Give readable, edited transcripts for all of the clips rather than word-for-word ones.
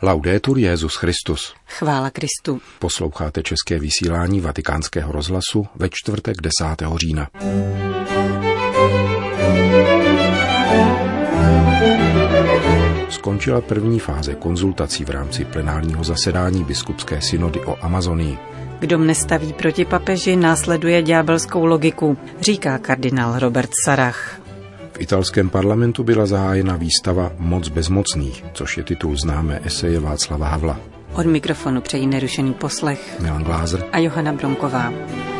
Laudetur Jesus Christus. Chvála Kristu. Posloucháte české vysílání Vatikánského rozhlasu ve čtvrtek 10. října. Skončila první fáze konzultací v rámci plenárního zasedání biskupské synody o Amazonii. Kdo nestaví proti papeži, následuje ďábelskou logiku, říká kardinál Robert Sarach. V italském parlamentu byla zahájena výstava Moc bezmocných, což je titul známé eseje Václava Havla. Od mikrofonu přejí nerušený poslech Milan Glázer a Johana Bronková.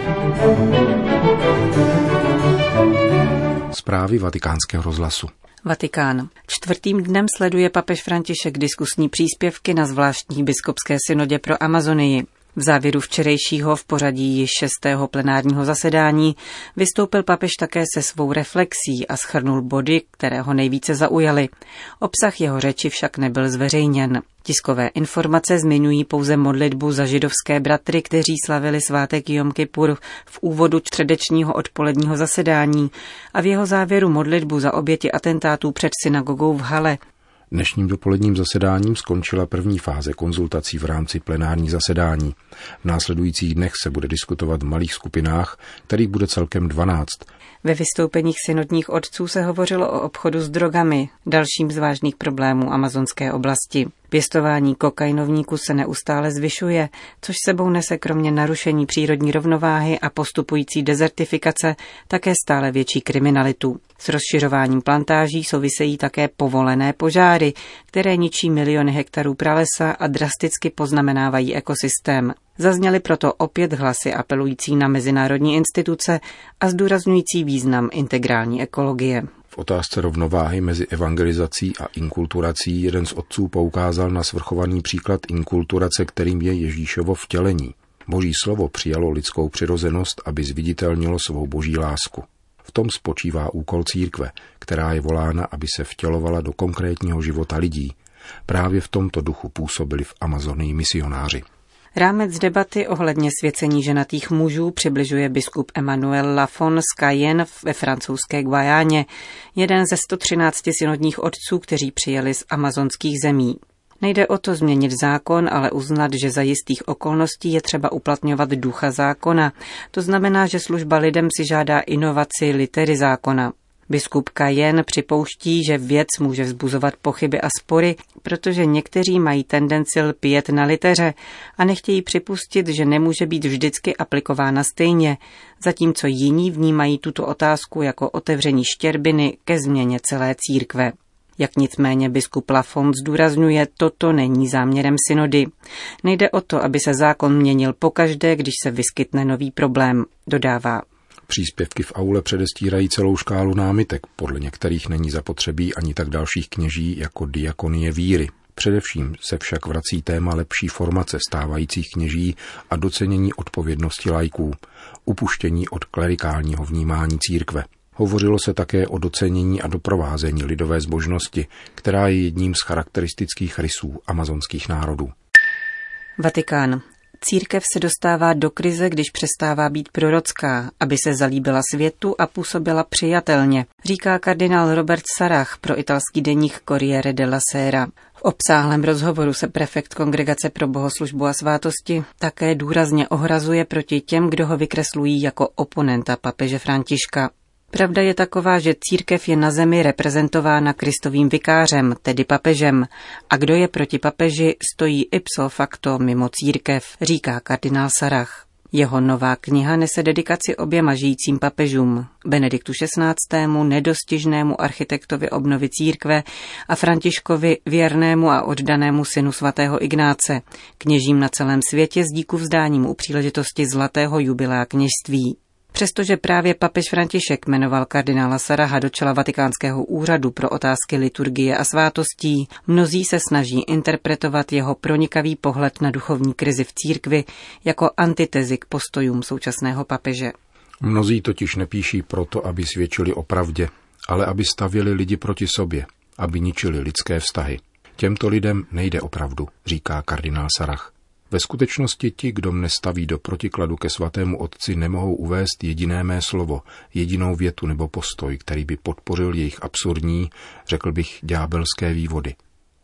Zprávy Vatikánského rozhlasu. Vatikán. 4. dnem sleduje papež František diskusní příspěvky na zvláštní biskupské synodě pro Amazonii. V závěru včerejšího v pořadí již 6. plenárního zasedání vystoupil papež také se svou reflexí a shrnul body, které ho nejvíce zaujaly. Obsah jeho řeči však nebyl zveřejněn. Tiskové informace zmiňují pouze modlitbu za židovské bratry, kteří slavili svátek Jom Kipur v úvodu středečního odpoledního zasedání a v jeho závěru modlitbu za oběti atentátů před synagogou v Hale. Dnešním dopoledním zasedáním skončila první fáze konzultací v rámci plenárních zasedání. V následujících dnech se bude diskutovat v malých skupinách, kterých bude celkem 12. Ve vystoupeních synodních otců se hovořilo o obchodu s drogami, dalším z vážných problémů amazonské oblasti. Pěstování kokainovníků se neustále zvyšuje, což sebou nese kromě narušení přírodní rovnováhy a postupující dezertifikace také stále větší kriminalitu. S rozšiřováním plantáží souvisejí také povolené požáry, které ničí miliony hektarů pralesa a drasticky poznamenávají ekosystém. Zazněly proto opět hlasy apelující na mezinárodní instituce a zdůrazňující význam integrální ekologie. V otázce rovnováhy mezi evangelizací a inkulturací jeden z otců poukázal na svrchovaný příklad inkulturace, kterým je Ježíšovo vtělení. Boží slovo přijalo lidskou přirozenost, aby zviditelnilo svou boží lásku. V tom spočívá úkol církve, která je volána, aby se vtělovala do konkrétního života lidí. Právě v tomto duchu působili v Amazonii misionáři. Rámec debaty ohledně svěcení ženatých mužů přibližuje biskup Emmanuel Lafon z Cayenne ve francouzské Guajáně, jeden ze 113 synodních otců, kteří přijeli z amazonských zemí. Nejde o to změnit zákon, ale uznat, že za jistých okolností je třeba uplatňovat ducha zákona. To znamená, že služba lidem si žádá inovaci litery zákona. Biskup Cayenne připouští, že věc může vzbuzovat pochyby a spory, protože někteří mají tendenci lpět na liteře a nechtějí připustit, že nemůže být vždycky aplikována stejně, zatímco jiní vnímají tuto otázku jako otevření štěrbiny ke změně celé církve. Jak nicméně biskup Lafon zdůrazňuje, toto není záměrem synody. Nejde o to, aby se zákon měnil pokaždé, když se vyskytne nový problém, dodává. Příspěvky v aule předestírají celou škálu námitek, podle některých není zapotřebí ani tak dalších kněží jako diakonie víry. Především se však vrací téma lepší formace stávajících kněží a docenění odpovědnosti laiků, upuštění od klerikálního vnímání církve. Hovořilo se také o docenění a doprovázení lidové zbožnosti, která je jedním z charakteristických rysů amazonských národů. Vatikán. Církev se dostává do krize, když přestává být prorocká, aby se zalíbila světu a působila přijatelně, říká kardinál Robert Sarach pro italský deník Corriere della Sera. V obsáhlém rozhovoru se prefekt Kongregace pro bohoslužbu a svátosti také důrazně ohrazuje proti těm, kdo ho vykreslují jako oponenta papeže Františka. Pravda je taková, že církev je na zemi reprezentována Kristovým vikářem, tedy papežem, a kdo je proti papeži, stojí ipso facto mimo církev, říká kardinál Sarach. Jeho nová kniha nese dedikaci oběma žijícím papežům, Benediktu XVI., nedostižnému architektovi obnovy církve, a Františkovi, věrnému a oddanému synu svatého Ignáce, kněžím na celém světě s díku vzdáním u příležitosti zlatého jubilea kněžství. Přestože právě papež František jmenoval kardinála Saraha do čela Vatikánského úřadu pro otázky liturgie a svátostí, mnozí se snaží interpretovat jeho pronikavý pohled na duchovní krizi v církvi jako antitezi k postojům současného papeže. Mnozí totiž nepíší proto, aby svědčili o pravdě, ale aby stavěli lidi proti sobě, aby ničili lidské vztahy. Těmto lidem nejde o pravdu, říká kardinál Sarach. Ve skutečnosti ti, kdo mne staví do protikladu ke svatému otci, nemohou uvést jediné mé slovo, jedinou větu nebo postoj, který by podpořil jejich absurdní, řekl bych, ďábelské vývody.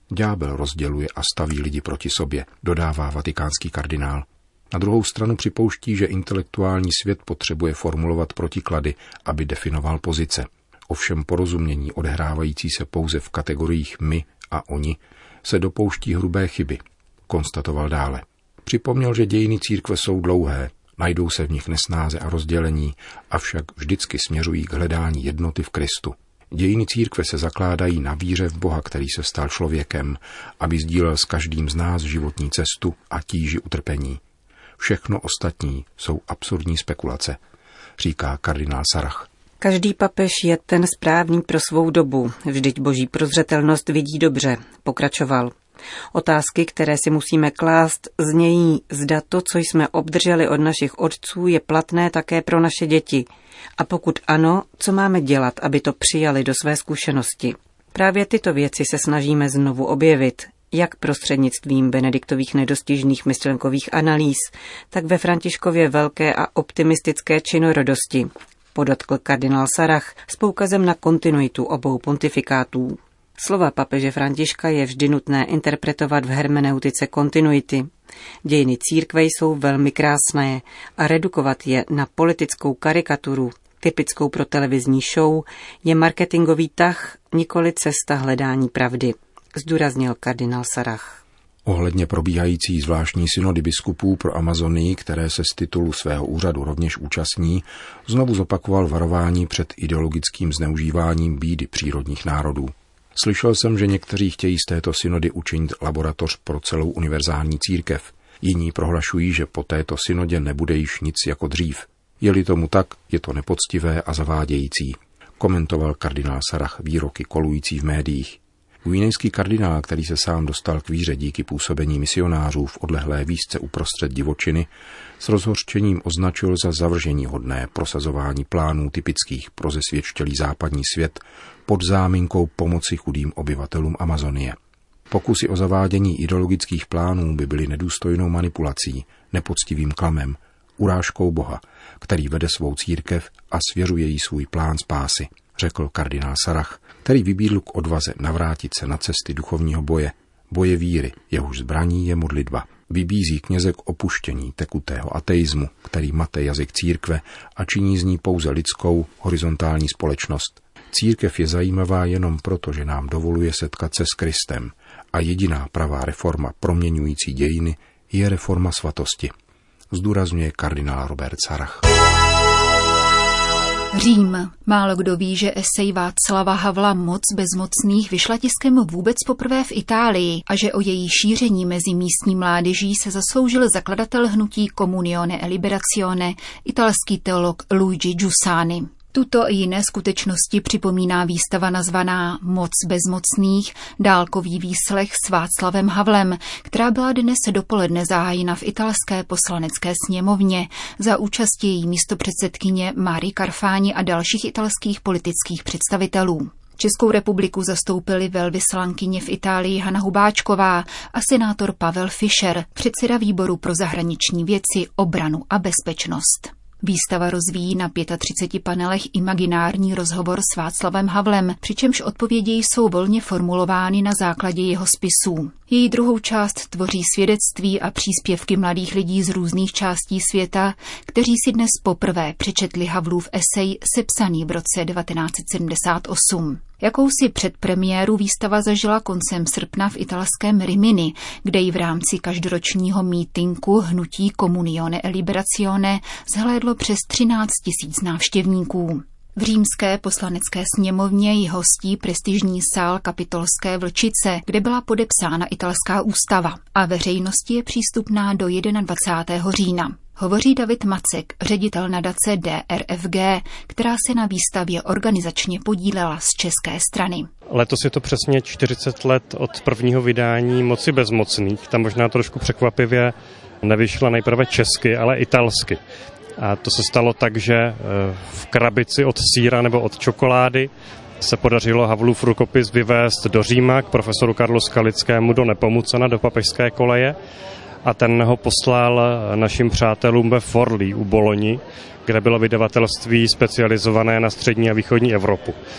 Ďábel rozděluje a staví lidi proti sobě, dodává vatikánský kardinál. Na druhou stranu připouští, že intelektuální svět potřebuje formulovat protiklady, aby definoval pozice. Ovšem porozumění odehrávající se pouze v kategoriích my a oni se dopouští hrubé chyby, konstatoval dále. Připomněl, že dějiny církve jsou dlouhé, najdou se v nich nesnáze a rozdělení, avšak vždycky směřují k hledání jednoty v Kristu. Dějiny církve se zakládají na víře v Boha, který se stal člověkem, aby sdílel s každým z nás životní cestu a tíži utrpení. Všechno ostatní jsou absurdní spekulace, říká kardinál Sarah. Každý papež je ten správný pro svou dobu, vždyť boží prozřetelnost vidí dobře, pokračoval. Otázky, které si musíme klást, znějí, zda to, co jsme obdrželi od našich otců, je platné také pro naše děti. A pokud ano, co máme dělat, aby to přijali do své zkušenosti? Právě tyto věci se snažíme znovu objevit, jak prostřednictvím Benediktových nedostižných myšlenkových analýz, tak ve Františkově velké a optimistické činorodosti, podotkl kardinál Sarah s poukazem na kontinuitu obou pontifikátů. Slova papeže Františka je vždy nutné interpretovat v hermeneutice kontinuity. Dějiny církve jsou velmi krásné a redukovat je na politickou karikaturu, typickou pro televizní show, je marketingový tah, nikoli cesta hledání pravdy, zdůraznil kardinál Sarah. Ohledně probíhající zvláštní synody biskupů pro Amazonii, které se z titulu svého úřadu rovněž účastní, znovu zopakoval varování před ideologickým zneužíváním bídy přírodních národů. Slyšel jsem, že někteří chtějí z této synody učinit laboratoř pro celou univerzální církev. Jiní prohlašují, že po této synodě nebude již nic jako dřív. Je-li tomu tak, je to nepoctivé a zavádějící, komentoval kardinál Sarah výroky kolující v médiích. Guinejský kardinál, který se sám dostal k víře díky působení misionářů v odlehlé výšce uprostřed divočiny, s rozhořčením označil za zavrženíhodné prosazování plánů typických pro zesvědčilý západní svět pod záminkou pomoci chudým obyvatelům Amazonie. Pokusy o zavádění ideologických plánů by byly nedůstojnou manipulací, nepoctivým klamem, urážkou Boha, který vede svou církev a svěřuje jí svůj plán spásy, řekl kardinál Sarah, který vybídl k odvaze navrátit se na cesty duchovního boje víry, jehož zbraní je modlitba. Vybízí kněze k opuštění tekutého ateismu, který mate jazyk církve a činí z ní pouze lidskou, horizontální společnost. Církev je zajímavá jenom proto, že nám dovoluje setkat se s Kristem a jediná pravá reforma proměňující dějiny je reforma svatosti, zdůrazňuje kardinál Robert Sarah. Řím. Málo kdo ví, že esej Václava Havla Moc bezmocných vyšla tiskem vůbec poprvé v Itálii a že o její šíření mezi místní mládeží se zasloužil zakladatel hnutí Comunione e Liberazione, italský teolog Luigi Giussani. Tuto i jiné skutečnosti připomíná výstava nazvaná Moc bezmocných, dálkový výslech s Václavem Havlem, která byla dnes dopoledne zahájena v italské poslanecké sněmovně za účasti její místopředsedkyně Mary Carfani a dalších italských politických představitelů. Českou republiku zastoupili velvyslankyně v Itálii Hana Hubáčková a senátor Pavel Fischer, předseda výboru pro zahraniční věci, obranu a bezpečnost. Výstava rozvíjí na 35 panelech imaginární rozhovor s Václavem Havlem, přičemž odpovědi jsou volně formulovány na základě jeho spisů. Její druhou část tvoří svědectví a příspěvky mladých lidí z různých částí světa, kteří si dnes poprvé přečetli Havlův esej sepsaný v roce 1978. Jakousi předpremiéru výstava zažila koncem srpna v italském Rimini, kde ji v rámci každoročního mítinku hnutí Comunione e Liberazione zhlédlo přes 13 000 návštěvníků. V římské poslanecké sněmovně ji hostí prestižní sál Kapitolské Vlčice, kde byla podepsána italská ústava a veřejnosti je přístupná do 21. října. Hovoří David Macek, ředitel nadace DRFG, která se na výstavě organizačně podílela z české strany. Letos je to přesně 40 let od prvního vydání Moci bezmocných. Tam možná trošku překvapivě nevyšla nejprve česky, ale italsky. A to se stalo tak, že v krabici od sýra nebo od čokolády se podařilo Havlův rukopis vyvést do Říma k profesoru Karlu Skalickému do Nepomucena, do papežské koleje. A ten ho poslal našim přátelům ve Forlì u Boloni, kde bylo vydavatelství specializované na střední a východní Evropu.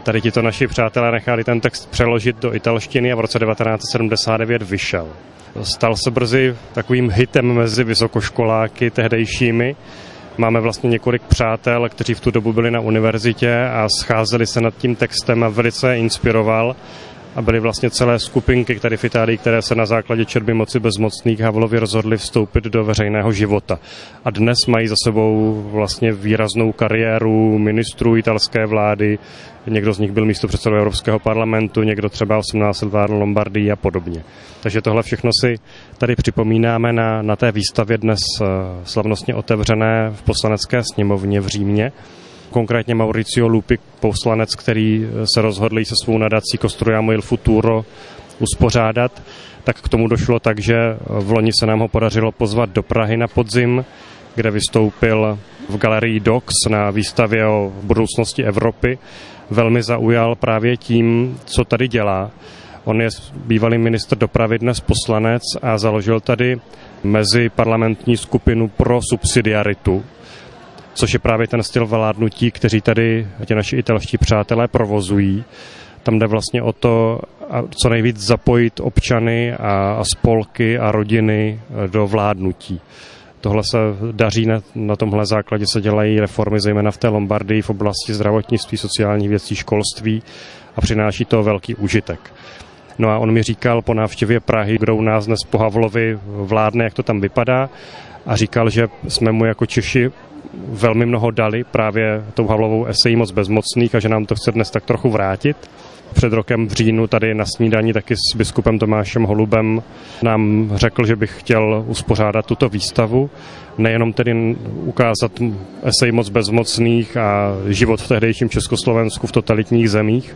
Tady tito naši přátelé nechali ten text přeložit do italštiny a v roce 1979 vyšel. Stal se brzy takovým hitem mezi vysokoškoláky tehdejšími. Máme vlastně několik přátel, kteří v tu dobu byli na univerzitě a scházeli se nad tím textem a velice inspiroval. A byly vlastně celé skupinky tady v Itálii, které se na základě četby Moci bezmocných Havlovi rozhodly vstoupit do veřejného života. A dnes mají za sebou vlastně výraznou kariéru ministrů italské vlády. Někdo z nich byl místopředsedou Evropského parlamentu, někdo třeba 18 let vládl Lombardii a podobně. Takže tohle všechno si tady připomínáme na té výstavě dnes slavnostně otevřené v Poslanecké sněmovně v Římě. Konkrétně Maurizio Lupi, poslanec, který se rozhodl se svou nadací Costruiamo il Futuro uspořádat, tak k tomu došlo tak, že v loni se nám ho podařilo pozvat do Prahy na podzim, kde vystoupil v galerii Dox na výstavě o budoucnosti Evropy. Velmi zaujal právě tím, co tady dělá. On je bývalý ministr dopravy, dnes poslanec a založil tady meziparlamentní skupinu pro subsidiaritu, což je právě ten styl vládnutí, kteří tady ti naši italští přátelé provozují. Tam jde vlastně o to, co nejvíc zapojit občany a spolky a rodiny do vládnutí. Tohle se daří, na tomhle základě se dělají reformy, zejména v té Lombardii v oblasti zdravotnictví, sociálních věcí, školství a přináší to velký užitek. No a on mi říkal po návštěvě Prahy, kdo u nás dnes po Havlovi vládne, jak to tam vypadá, a říkal, že jsme mu jako Češi velmi mnoho dali právě tou Havlovou esejí Moc bezmocných a že nám to chce dnes tak trochu vrátit. Před rokem v říjnu tady na snídani taky s biskupem Tomášem Holubem nám řekl, že bych chtěl uspořádat tuto výstavu. Nejenom tedy ukázat esej Moc bezmocných a život v tehdejším Československu v totalitních zemích,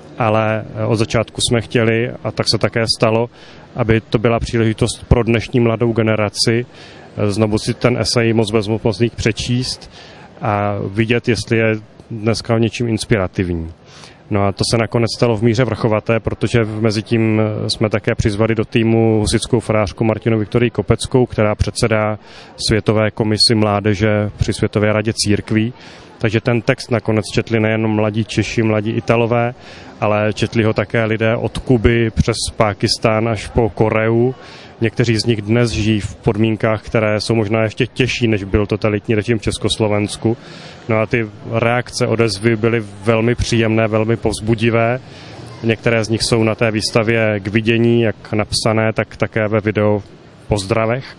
ale od začátku jsme chtěli, a tak se také stalo, aby to byla příležitost pro dnešní mladou generaci znovu si ten esej Moc bezmocných přečíst a vidět, jestli je dneska něčím inspirativní. No a to se nakonec stalo v míře vrchovaté, protože mezi tím jsme také přizvali do týmu husitskou farářku Martinu Viktorii Kopeckou, která předsedá Světové komisi mládeže při Světové radě církví. Takže ten text nakonec četli nejen mladí Češi, mladí Italové, ale četli ho také lidé od Kuby přes Pákistán až po Koreu. Někteří z nich dnes žijí v podmínkách, které jsou možná ještě těžší, než byl totalitní režim v Československu. No a ty reakce, odezvy byly velmi příjemné, velmi povzbudivé. Některé z nich jsou na té výstavě k vidění, jak napsané, tak také ve video pozdravech.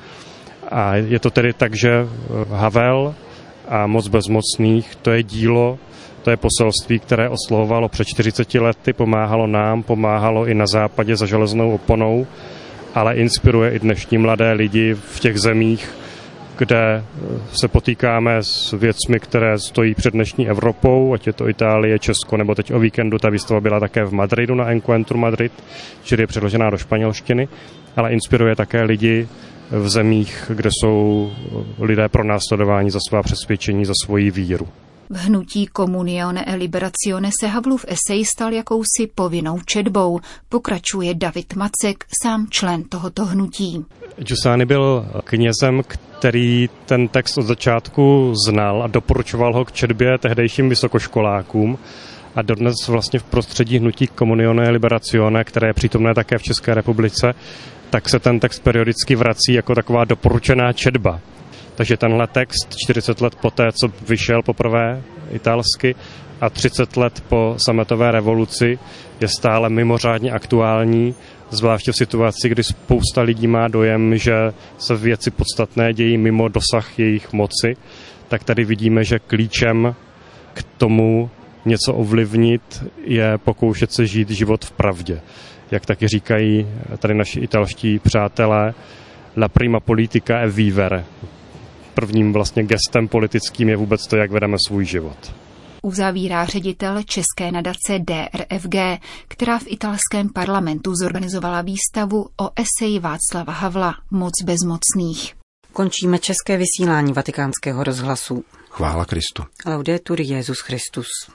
A je to tedy tak, že Havel a Moc bezmocných, to je dílo, to je poselství, které oslovovalo před 40 lety, pomáhalo nám, pomáhalo i na západě za železnou oponou, ale inspiruje i dnešní mladé lidi v těch zemích, kde se potýkáme s věcmi, které stojí před dnešní Evropou, ať je to Itálie, Česko, nebo teď o víkendu ta výstava byla také v Madridu na Encuentru Madrid, čili je přeložená do španělštiny, ale inspiruje také lidi v zemích, kde jsou lidé pronásledováni za svá přesvědčení, za svoji víru. V hnutí Comunione e Liberazione se Havlův esej stal jakousi povinnou četbou, pokračuje David Macek, sám člen tohoto hnutí. Giussani byl knězem, který ten text od začátku znal a doporučoval ho k četbě tehdejším vysokoškolákům. A dodnes vlastně v prostředí hnutí Comunione e Liberazione, které je přítomné také v České republice, tak se ten text periodicky vrací jako taková doporučená četba. Takže tenhle text 40 let poté, co vyšel poprvé italsky a 30 let po sametové revoluci, je stále mimořádně aktuální, zvláště v situaci, kdy spousta lidí má dojem, že se věci podstatné dějí mimo dosah jejich moci, tak tady vidíme, že klíčem k tomu něco ovlivnit je pokoušet se žít život v pravdě. Jak taky říkají tady naši italští přátelé, la prima politica è vivere. Prvním vlastně gestem politickým je vůbec to, jak vedeme svůj život. Uzavírá ředitel české nadace DRFG, která v italském parlamentu zorganizovala výstavu o eseji Václava Havla Moc bezmocných. Končíme české vysílání Vatikánského rozhlasu. Chvála Kristu. Laudetur Jesus Christus.